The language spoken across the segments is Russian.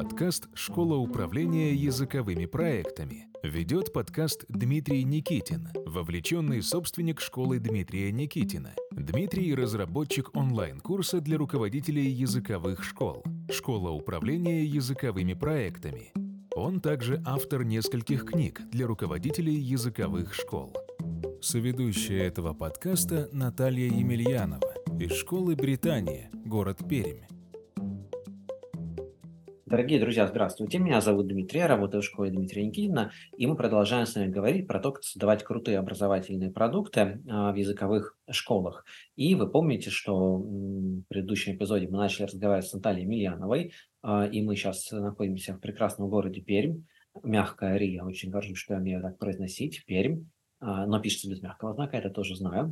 Подкаст «Школа управления языковыми проектами». Ведет подкаст Дмитрий Никитин, вовлеченный собственник школы Дмитрия Никитина. Дмитрий – разработчик онлайн-курса для руководителей языковых школ «Школа управления языковыми проектами». Он также автор нескольких книг для руководителей языковых школ. Соведущая этого подкаста Наталья Емельянова из школы «Британия», город Пермь. Дорогие друзья, здравствуйте. Меня зовут Дмитрий, я работаю в школе Дмитрия Никитина, и мы продолжаем с вами говорить про то, как создавать крутые образовательные продукты в языковых школах. И вы помните, что в предыдущем эпизоде мы начали разговаривать с Натальей Емельяновой, и мы сейчас находимся в прекрасном городе Пермь. Мягкая Ри, я очень горжусь, что я умею так произносить, Пермь, но пишется без мягкого знака, это тоже знаю.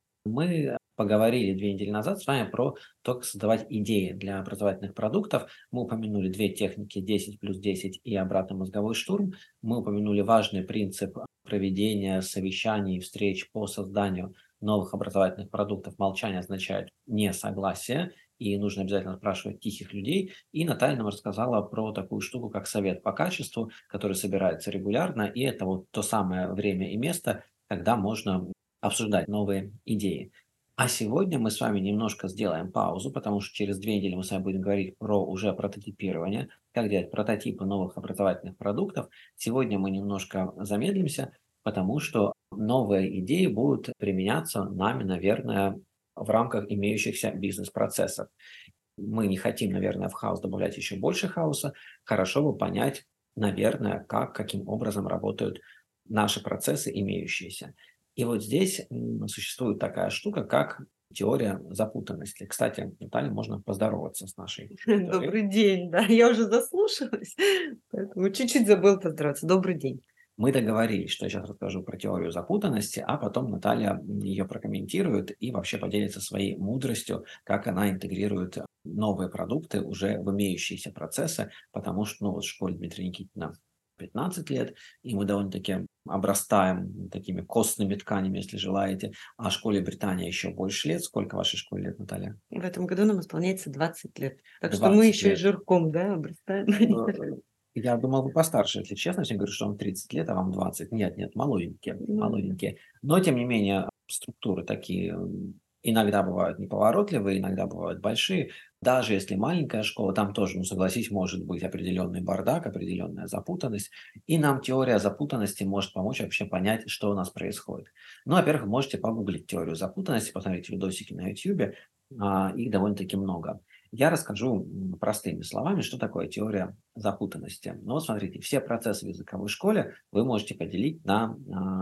Мы поговорили 2 недели назад с вами про то, как создавать идеи для образовательных продуктов. Мы упомянули 2 техники 10+10 и обратный мозговой штурм. Мы упомянули важный принцип проведения совещаний и встреч по созданию новых образовательных продуктов. Молчание означает несогласие, и нужно обязательно спрашивать тихих людей. И Наталья нам рассказала про такую штуку, как совет по качеству, который собирается регулярно, и это вот то самое время и место, когда можно обсуждать новые идеи. А сегодня мы с вами немножко сделаем паузу, потому что через 2 недели мы с вами будем говорить про уже прототипирование, как делать прототипы новых образовательных продуктов. Сегодня мы немножко замедлимся, потому что новые идеи будут применяться нами, наверное, в рамках имеющихся бизнес-процессов. Мы не хотим, наверное, в хаос добавлять еще больше хаоса. Хорошо бы понять, наверное, каким образом работают наши процессы имеющиеся. И вот здесь существует такая штука, как теория запутанности. Кстати, Наталья, можно поздороваться с нашей аудиторией. Добрый день, да, я уже заслушалась, поэтому чуть-чуть забыл поздороваться. Добрый день. Мы договорились, что я сейчас расскажу про теорию запутанности, а потом Наталья ее прокомментирует и вообще поделится своей мудростью, как она интегрирует новые продукты уже в имеющиеся процессы, потому что вот в школе Дмитрия Никитина 15 лет, и мы довольно-таки обрастаем такими костными тканями, если желаете. А в школе Британия еще больше лет. Сколько в вашей школе лет, Наталья? В этом году нам исполняется 20 лет. Так что мы еще и жирком, да, обрастаем. Я думал, вы постарше, если честно. Все говорю, что вам 30 лет, а вам 20. Нет, молоденькие. Но, тем не менее, структуры такие иногда бывают неповоротливые, иногда бывают большие. Даже если маленькая школа, там тоже, согласись, может быть определенный бардак, определенная запутанность. И нам теория запутанности может помочь вообще понять, что у нас происходит. Во-первых, вы можете погуглить теорию запутанности, посмотреть видосики на YouTube, их довольно-таки много. Я расскажу простыми словами, что такое теория запутанности. Смотрите, все процессы в языковой школе вы можете поделить на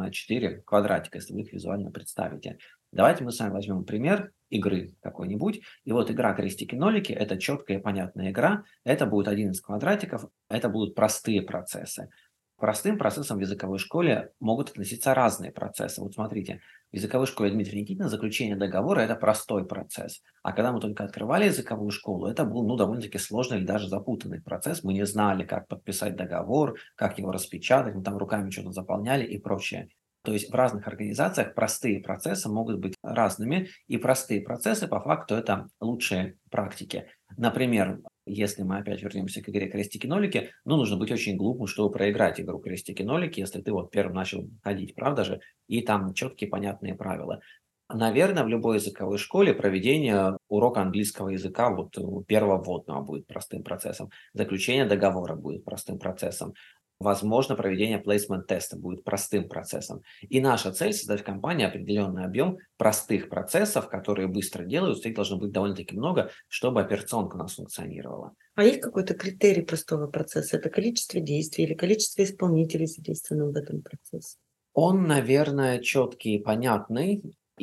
4 квадратика, если вы их визуально представите. Давайте мы с вами возьмем пример игры какой-нибудь. И вот игра крестики-нолики – это четкая и понятная игра. Это будет один из квадратиков, это будут простые процессы. К простым процессам в языковой школе могут относиться разные процессы. Вот смотрите, в языковой школе Дмитрия Никитина заключение договора – это простой процесс. А когда мы только открывали языковую школу, это был довольно-таки сложный или даже запутанный процесс. Мы не знали, как подписать договор, как его распечатать, мы там руками что-то заполняли и прочее. То есть в разных организациях простые процессы могут быть разными, и простые процессы по факту это лучшие практики. Например, если мы опять вернемся к игре крестики-нолики, нужно быть очень глупым, чтобы проиграть игру крестики-нолики, если ты вот первым начал ходить, правда же? И там четкие понятные правила. Наверное, в любой языковой школе проведение урока английского языка первого вводного будет простым процессом, заключение договора будет простым процессом. Возможно, проведение плейсмент-теста будет простым процессом. И наша цель – создать в компании определенный объем простых процессов, которые быстро делаются, их должно быть довольно-таки много, чтобы операционка у нас функционировала. А есть какой-то критерий простого процесса? Это количество действий или количество исполнителей задействованных в этом процессе? Он, наверное, четкий и понятный,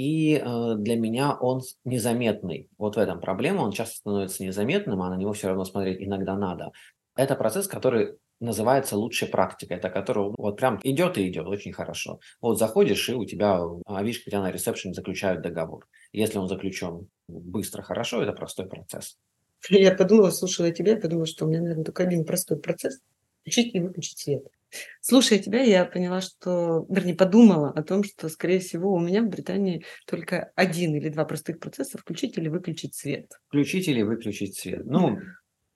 и для меня он незаметный. Вот в этом проблема, он часто становится незаметным, а на него все равно смотреть иногда надо. Это процесс, который называется лучшей практикой, это который вот прям идет и идет очень хорошо. Вот заходишь, и у тебя, видишь, у тебя на ресепшене заключают договор. Если он заключен быстро, хорошо, это простой процесс. Я подумала, слушала тебя, подумала, что у меня, наверное, только один простой процесс – включить и выключить свет. Слушая тебя, я поняла, подумала о том, что, скорее всего, у меня в Британии только 1 или 2 простых процесса – включить или выключить свет. Включить или выключить свет.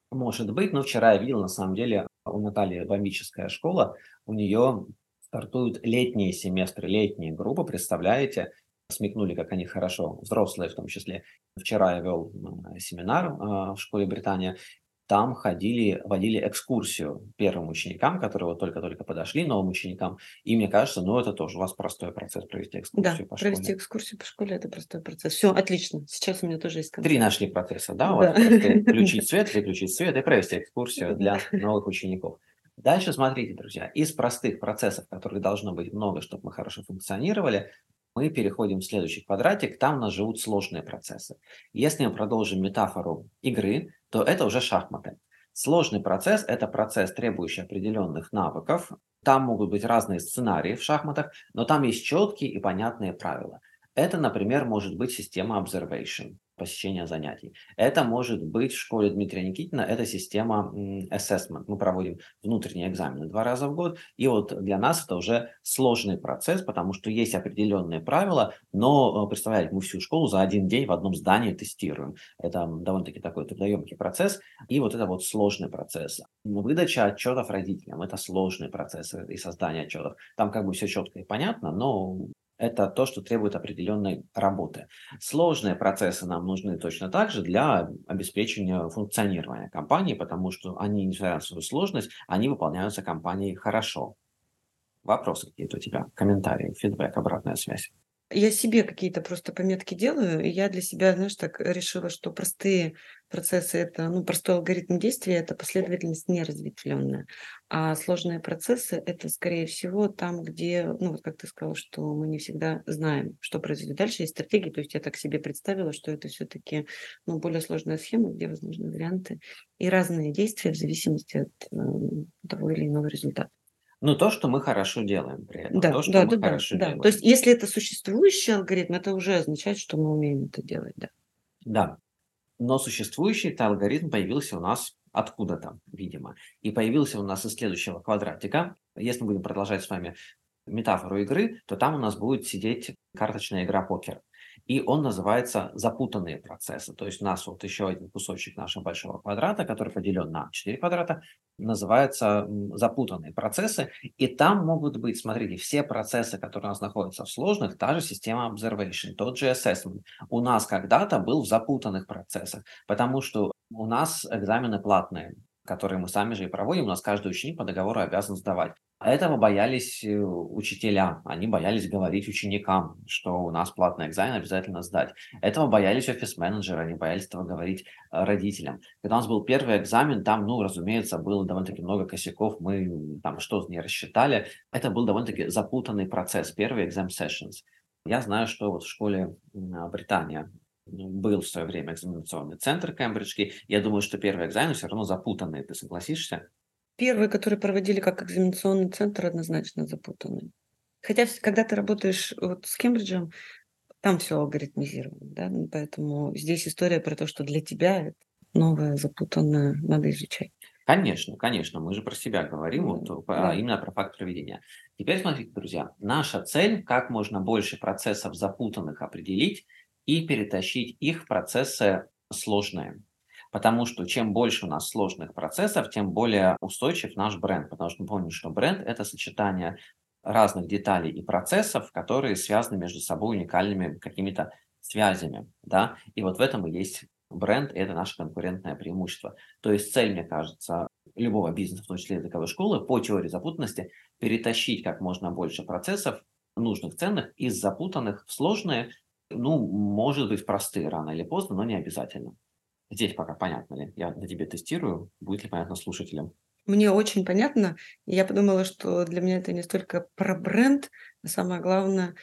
Может быть, но вчера я видел, на самом деле, у Натальи бомбическая школа, у нее стартуют летние семестры, летние группы, представляете? Смекнули, как они хорошо, взрослые в том числе. Вчера я вел семинар в школе Британия, там водили экскурсию первым ученикам, которые вот только-только подошли, новым ученикам. И мне кажется, ну это тоже у вас простой процесс провести Да, экскурсию по провести школе. экскурсию по школе – это простой процесс. Все, отлично. Сейчас у меня тоже есть 3 контакт. нашли процесса, да, у вас Да. просто включить свет, выключить свет и провести экскурсию для новых учеников. Дальше смотрите, друзья, из простых процессов, которых должно быть много, чтобы мы хорошо функционировали, мы переходим в следующий квадратик, там у нас живут сложные процессы. Если мы продолжим метафору игры, то это уже шахматы. Сложный процесс – это процесс, требующий определенных навыков. Там могут быть разные сценарии в шахматах, но там есть четкие и понятные правила. Это, например, может быть система observation, посещения занятий. Это может быть в школе Дмитрия Никитина, это система assessment. Мы проводим внутренние экзамены 2 раза в год. И вот для нас это уже сложный процесс, потому что есть определенные правила, но, представляете, мы всю школу за один день в одном здании тестируем. Это довольно-таки такой трудоемкий процесс. И вот это вот сложный процесс. Выдача отчетов родителям – это сложный процесс и создание отчетов. Там как бы все четко и понятно, но это то, что требует определенной работы. Сложные процессы нам нужны точно так же для обеспечения функционирования компании, потому что они, несмотря на свою сложность, они выполняются компанией хорошо. Вопросы какие-то у тебя, комментарии, фидбэк, обратная связь? Я себе какие-то просто пометки делаю, и я для себя, знаешь, так решила, что простые процессы – это, ну, простой алгоритм действия – это последовательность неразветвленная, а сложные процессы – это, скорее всего, там, где, ну, вот как ты сказала, что мы не всегда знаем, что произойдет дальше, есть стратегии, то есть я так себе представила, что это все-таки, ну, более сложная схема, где возможны варианты и разные действия в зависимости от того или иного результата. Ну, то, что мы хорошо делаем при этом, Да, то, что да, мы да, да, хорошо да. То есть, делаем. если это существующий алгоритм, это уже означает, что мы умеем это делать, да. Да, но существующий-то алгоритм появился у нас откуда-то, видимо. И появился у нас из следующего квадратика. Если мы будем продолжать с вами метафору игры, то там у нас будет сидеть карточная игра покер. И он называется запутанные процессы. То есть у нас вот еще один кусочек нашего большого квадрата, который поделен на 4 квадрата, называется запутанные процессы. И там могут быть, смотрите, все процессы, которые у нас находятся в сложных, та же система observation, тот же assessment. У нас когда-то был в запутанных процессах, потому что у нас экзамены платные, которые мы сами же и проводим, у нас каждый ученик по договору обязан сдавать. А этого боялись учителя, они боялись говорить ученикам, что у нас платный экзамен, обязательно сдать. Этого боялись офис-менеджеры, они боялись этого говорить родителям. Когда у нас был первый экзамен, там, ну, разумеется, было довольно-таки много косяков, мы там что-то не рассчитали. Это был довольно-таки запутанный процесс, первый exam sessions. Я знаю, что вот в школе Британия был в свое время экзаменационный центр кембриджский. Я думаю, что первый экзамен все равно запутанный, ты согласишься? Первые, которые проводили как экзаменационный центр, однозначно запутанные. Хотя когда ты работаешь вот с Кембриджем, там все алгоритмизировано, да, поэтому здесь история про то, что для тебя это новое, запутанное, надо изучать. Конечно, конечно, мы же про себя говорим, Да, вот да. именно про факт проведения. Теперь смотрите, друзья, наша цель – как можно больше процессов запутанных определить и перетащить их в процессы сложные. Потому что чем больше у нас сложных процессов, тем более устойчив наш бренд. Потому что мы помним, что бренд – это сочетание разных деталей и процессов, которые связаны между собой уникальными какими-то связями. Да? И вот в этом и есть бренд, и это наше конкурентное преимущество. То есть цель, мне кажется, любого бизнеса, в том числе языковой школы, по теории запутанности, перетащить как можно больше процессов, нужных, ценных, из запутанных в сложные, ну, может быть, простые рано или поздно, но не обязательно. Здесь пока понятно ли? Я на тебе тестирую, будет ли понятно слушателям. Мне очень понятно. И я подумала, что для меня это не столько про бренд, а самое главное –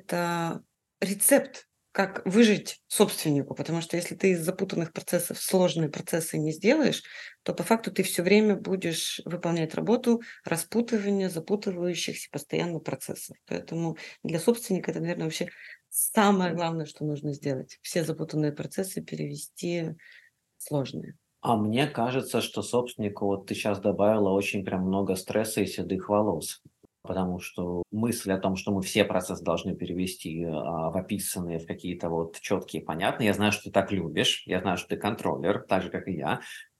это рецепт, как выжить собственнику. Потому что если ты из запутанных процессов сложные процессы не сделаешь, то по факту ты все время будешь выполнять работу распутывания запутывающихся постоянно процессов. Поэтому для собственника это, наверное, вообще самое главное, что нужно сделать. Все запутанные процессы перевести в сложные. А мне кажется, что собственнику, вот ты сейчас добавила очень прям много стресса и седых волос. Потому что мысль о том, что мы все процессы должны перевести в описанные, в какие-то вот четкие, понятные. Я знаю, что ты так любишь, я знаю, что ты контроллер, так же, как и я.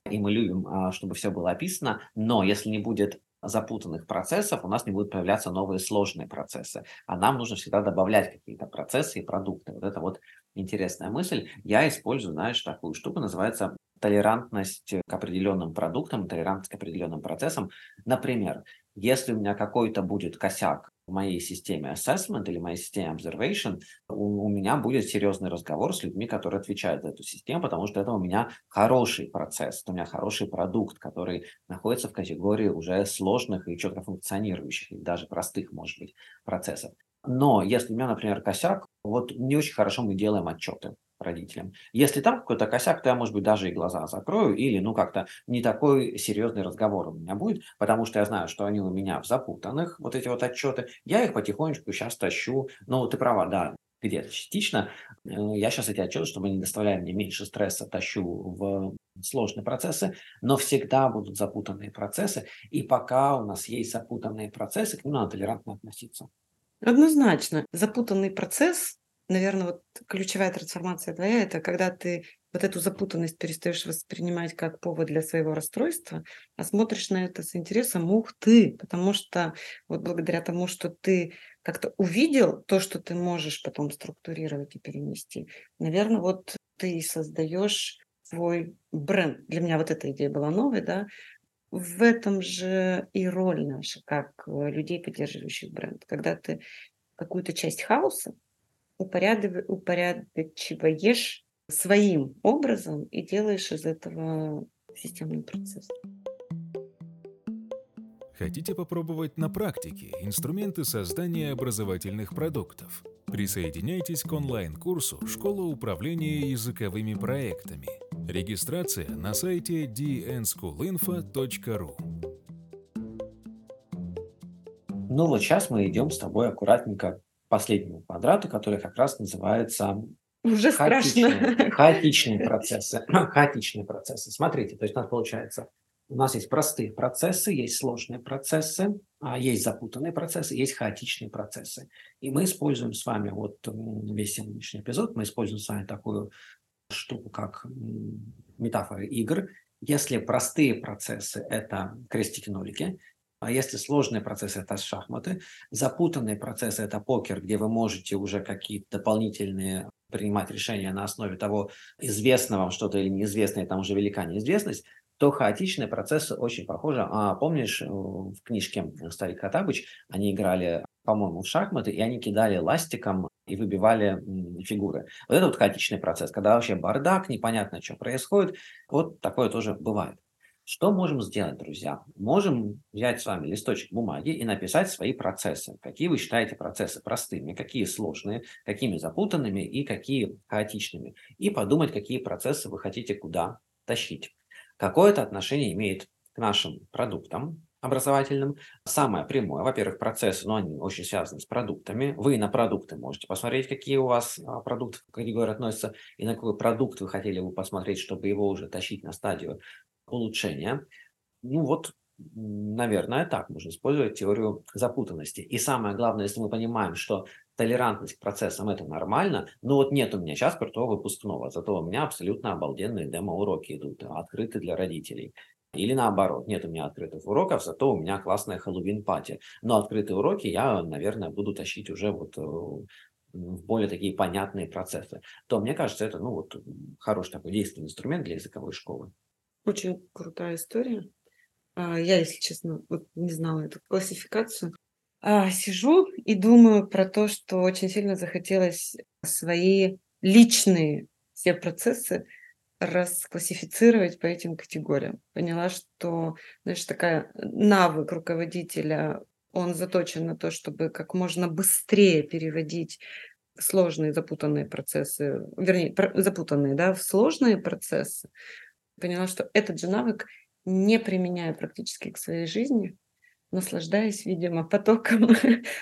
и мы любим, чтобы все было описано, но если не будет запутанных процессов, у нас не будут появляться новые сложные процессы. А нам нужно всегда добавлять какие-то процессы и продукты. Вот это вот интересная мысль. Я использую, знаешь, такую штуку, называется толерантность к определенным продуктам, толерантность к определенным процессам. Например, если у меня какой-то будет косяк в моей системе assessment или моей системе observation, у меня будет серьезный разговор с людьми, которые отвечают за эту систему, потому что это у меня хороший процесс, это у меня хороший продукт, который находится в категории уже сложных и четко функционирующих, и даже простых, может быть, процессов. Но если у меня, например, косяк, вот не очень хорошо мы делаем отчеты родителям. Если там какой-то косяк, то я, может быть, даже и глаза закрою, или, как-то не такой серьезный разговор у меня будет, потому что я знаю, что они у меня в запутанных, вот эти вот отчеты, я их потихонечку сейчас тащу. Ну, ты права, да, где-то частично. Я сейчас эти отчеты, чтобы не доставляли мне меньше стресса, тащу в сложные процессы, но всегда будут запутанные процессы, и пока у нас есть запутанные процессы, к ним надо толерантно относиться. Однозначно. Запутанный процесс, наверное, вот ключевая трансформация твоя, это когда ты вот эту запутанность перестаешь воспринимать как повод для своего расстройства, а смотришь на это с интересом, ух ты, потому что вот благодаря тому, что ты как-то увидел то, что ты можешь потом структурировать и перенести, наверное, вот ты и создаешь свой бренд. Для меня вот эта идея была новой, да. В этом же и роль наша, как людей, поддерживающих бренд. Когда ты какую-то часть хаоса упорядочиваешь своим образом и делаешь из этого системный процесс. Хотите попробовать на практике инструменты создания образовательных продуктов? Присоединяйтесь к онлайн-курсу «Школа управления языковыми проектами». Регистрация на сайте dnschoolinfo.ru. Ну вот сейчас мы идем с тобой аккуратненько к последнему квадрату, который как раз называется Уже страшно. хаотичные процессы. Хаотичные процессы. Смотрите, то есть у нас получается, у нас есть простые процессы, есть сложные процессы, есть запутанные процессы, есть хаотичные процессы. И мы используем с вами вот весь сегодняшний эпизод, мы используем с вами такую штуку, как метафоры игр. Если простые процессы – это крестики-нолики, а если сложные процессы – это шахматы, запутанные процессы – это покер, где вы можете уже какие-то дополнительные принимать решения на основе того, известно вам что-то или неизвестное, там уже велика неизвестность, то хаотичные процессы очень похожи. Помнишь, в книжке «Старик Хоттабыч» они играли, по-моему, в шахматы, и они кидали ластиком и выбивали фигуры. Вот это вот хаотичный процесс, когда вообще бардак, непонятно, что происходит. Вот такое тоже бывает. Что можем сделать, друзья? Можем взять с вами листочек бумаги и написать свои процессы. Какие вы считаете процессы простыми, какие сложные, какими запутанными и какие хаотичными. И подумать, какие процессы вы хотите куда тащить. Какое-то отношение имеет к нашим продуктам образовательным. Самое прямое, во-первых, процессы, но они очень связаны с продуктами. Вы на продукты можете посмотреть, какие у вас продукты в категорию относятся, и на какой продукт вы хотели бы посмотреть, чтобы его уже тащить на стадию улучшения. Ну вот, наверное, так можно использовать теорию запутанности. И самое главное, если мы понимаем, что толерантность к процессам – это нормально, но вот нет у меня сейчас крутого выпускного, зато у меня абсолютно обалденные демо-уроки идут, открыты для родителей. Или наоборот, нет у меня открытых уроков, зато у меня классная Хэллоуин-пати. Но открытые уроки я, наверное, буду тащить уже вот в более такие понятные процессы. То, мне кажется, это хороший такой действенный инструмент для языковой школы. Очень крутая история. Я, если честно, вот не знала эту классификацию. Сижу и думаю про то, что очень сильно захотелось свои личные все процессы расклассифицировать по этим категориям. Поняла, что, знаешь, такая навык руководителя, он заточен на то, чтобы как можно быстрее переводить сложные запутанные процессы, вернее, запутанные, да, в сложные процессы. Поняла, что этот же навык не применяю практически к своей жизни, наслаждаясь, видимо, потоком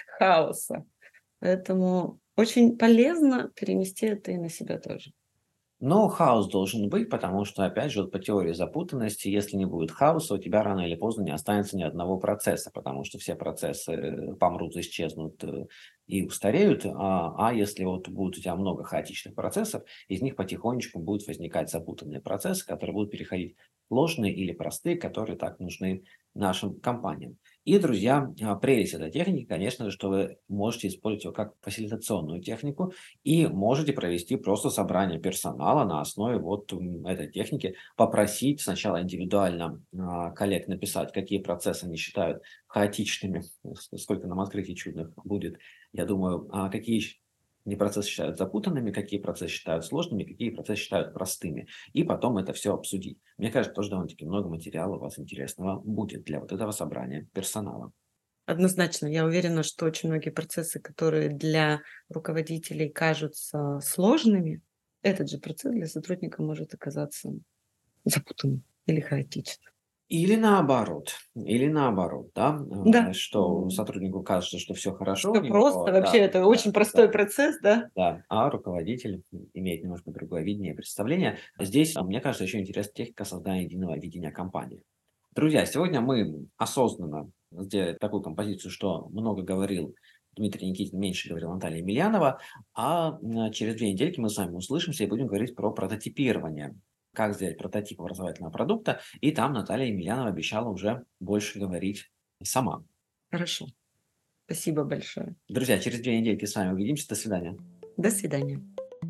хаоса. Поэтому очень полезно перенести это и на себя тоже. Но хаос должен быть, потому что, опять же, вот по теории запутанности, если не будет хаоса, у тебя рано или поздно не останется ни одного процесса, потому что все процессы помрут, исчезнут и устареют. А если вот будет у тебя много хаотичных процессов, из них потихонечку будут возникать запутанные процессы, которые будут переходить в сложные или простые, которые так нужны нашим компаниям. И, друзья, прелесть этой техники, конечно же, что вы можете использовать ее как фасилитационную технику и можете провести просто собрание персонала на основе вот этой техники, попросить сначала индивидуально коллег написать, какие процессы они считают хаотичными, сколько нам открытий чудных будет, я думаю, какие они процессы считают запутанными, какие процессы считают сложными, какие процессы считают простыми. И потом это все обсудить. Мне кажется, тоже довольно-таки много материала у вас интересного будет для вот этого собрания персонала. Однозначно, я уверена, что очень многие процессы, которые для руководителей кажутся сложными, этот же процесс для сотрудника может оказаться запутанным или хаотичным. Или наоборот, да, Да, что сотруднику кажется, что все хорошо у все просто. него, Вообще это очень простой процесс, да? да, а руководитель имеет немножко другое видение и представление. Здесь, мне кажется, еще интересна техника создания единого видения компании. Друзья, сегодня мы осознанно сделали такую композицию, что много говорил Дмитрий Никитин, меньше говорил Наталья Емельянова, через 2 недельки мы с вами услышимся и будем говорить про прототипирование. Как сделать прототип образовательного продукта, и там Наталья Емельянова обещала уже больше говорить сама. Хорошо. Спасибо большое. Друзья, через 2 недельки с вами увидимся. До свидания. До свидания.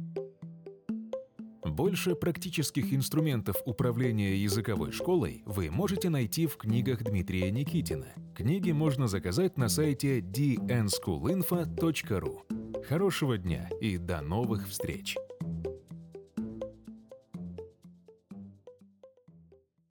Больше практических инструментов управления языковой школой вы можете найти в книгах Дмитрия Никитина. Книги можно заказать на сайте dnschoolinfo.ru. Хорошего дня и до новых встреч!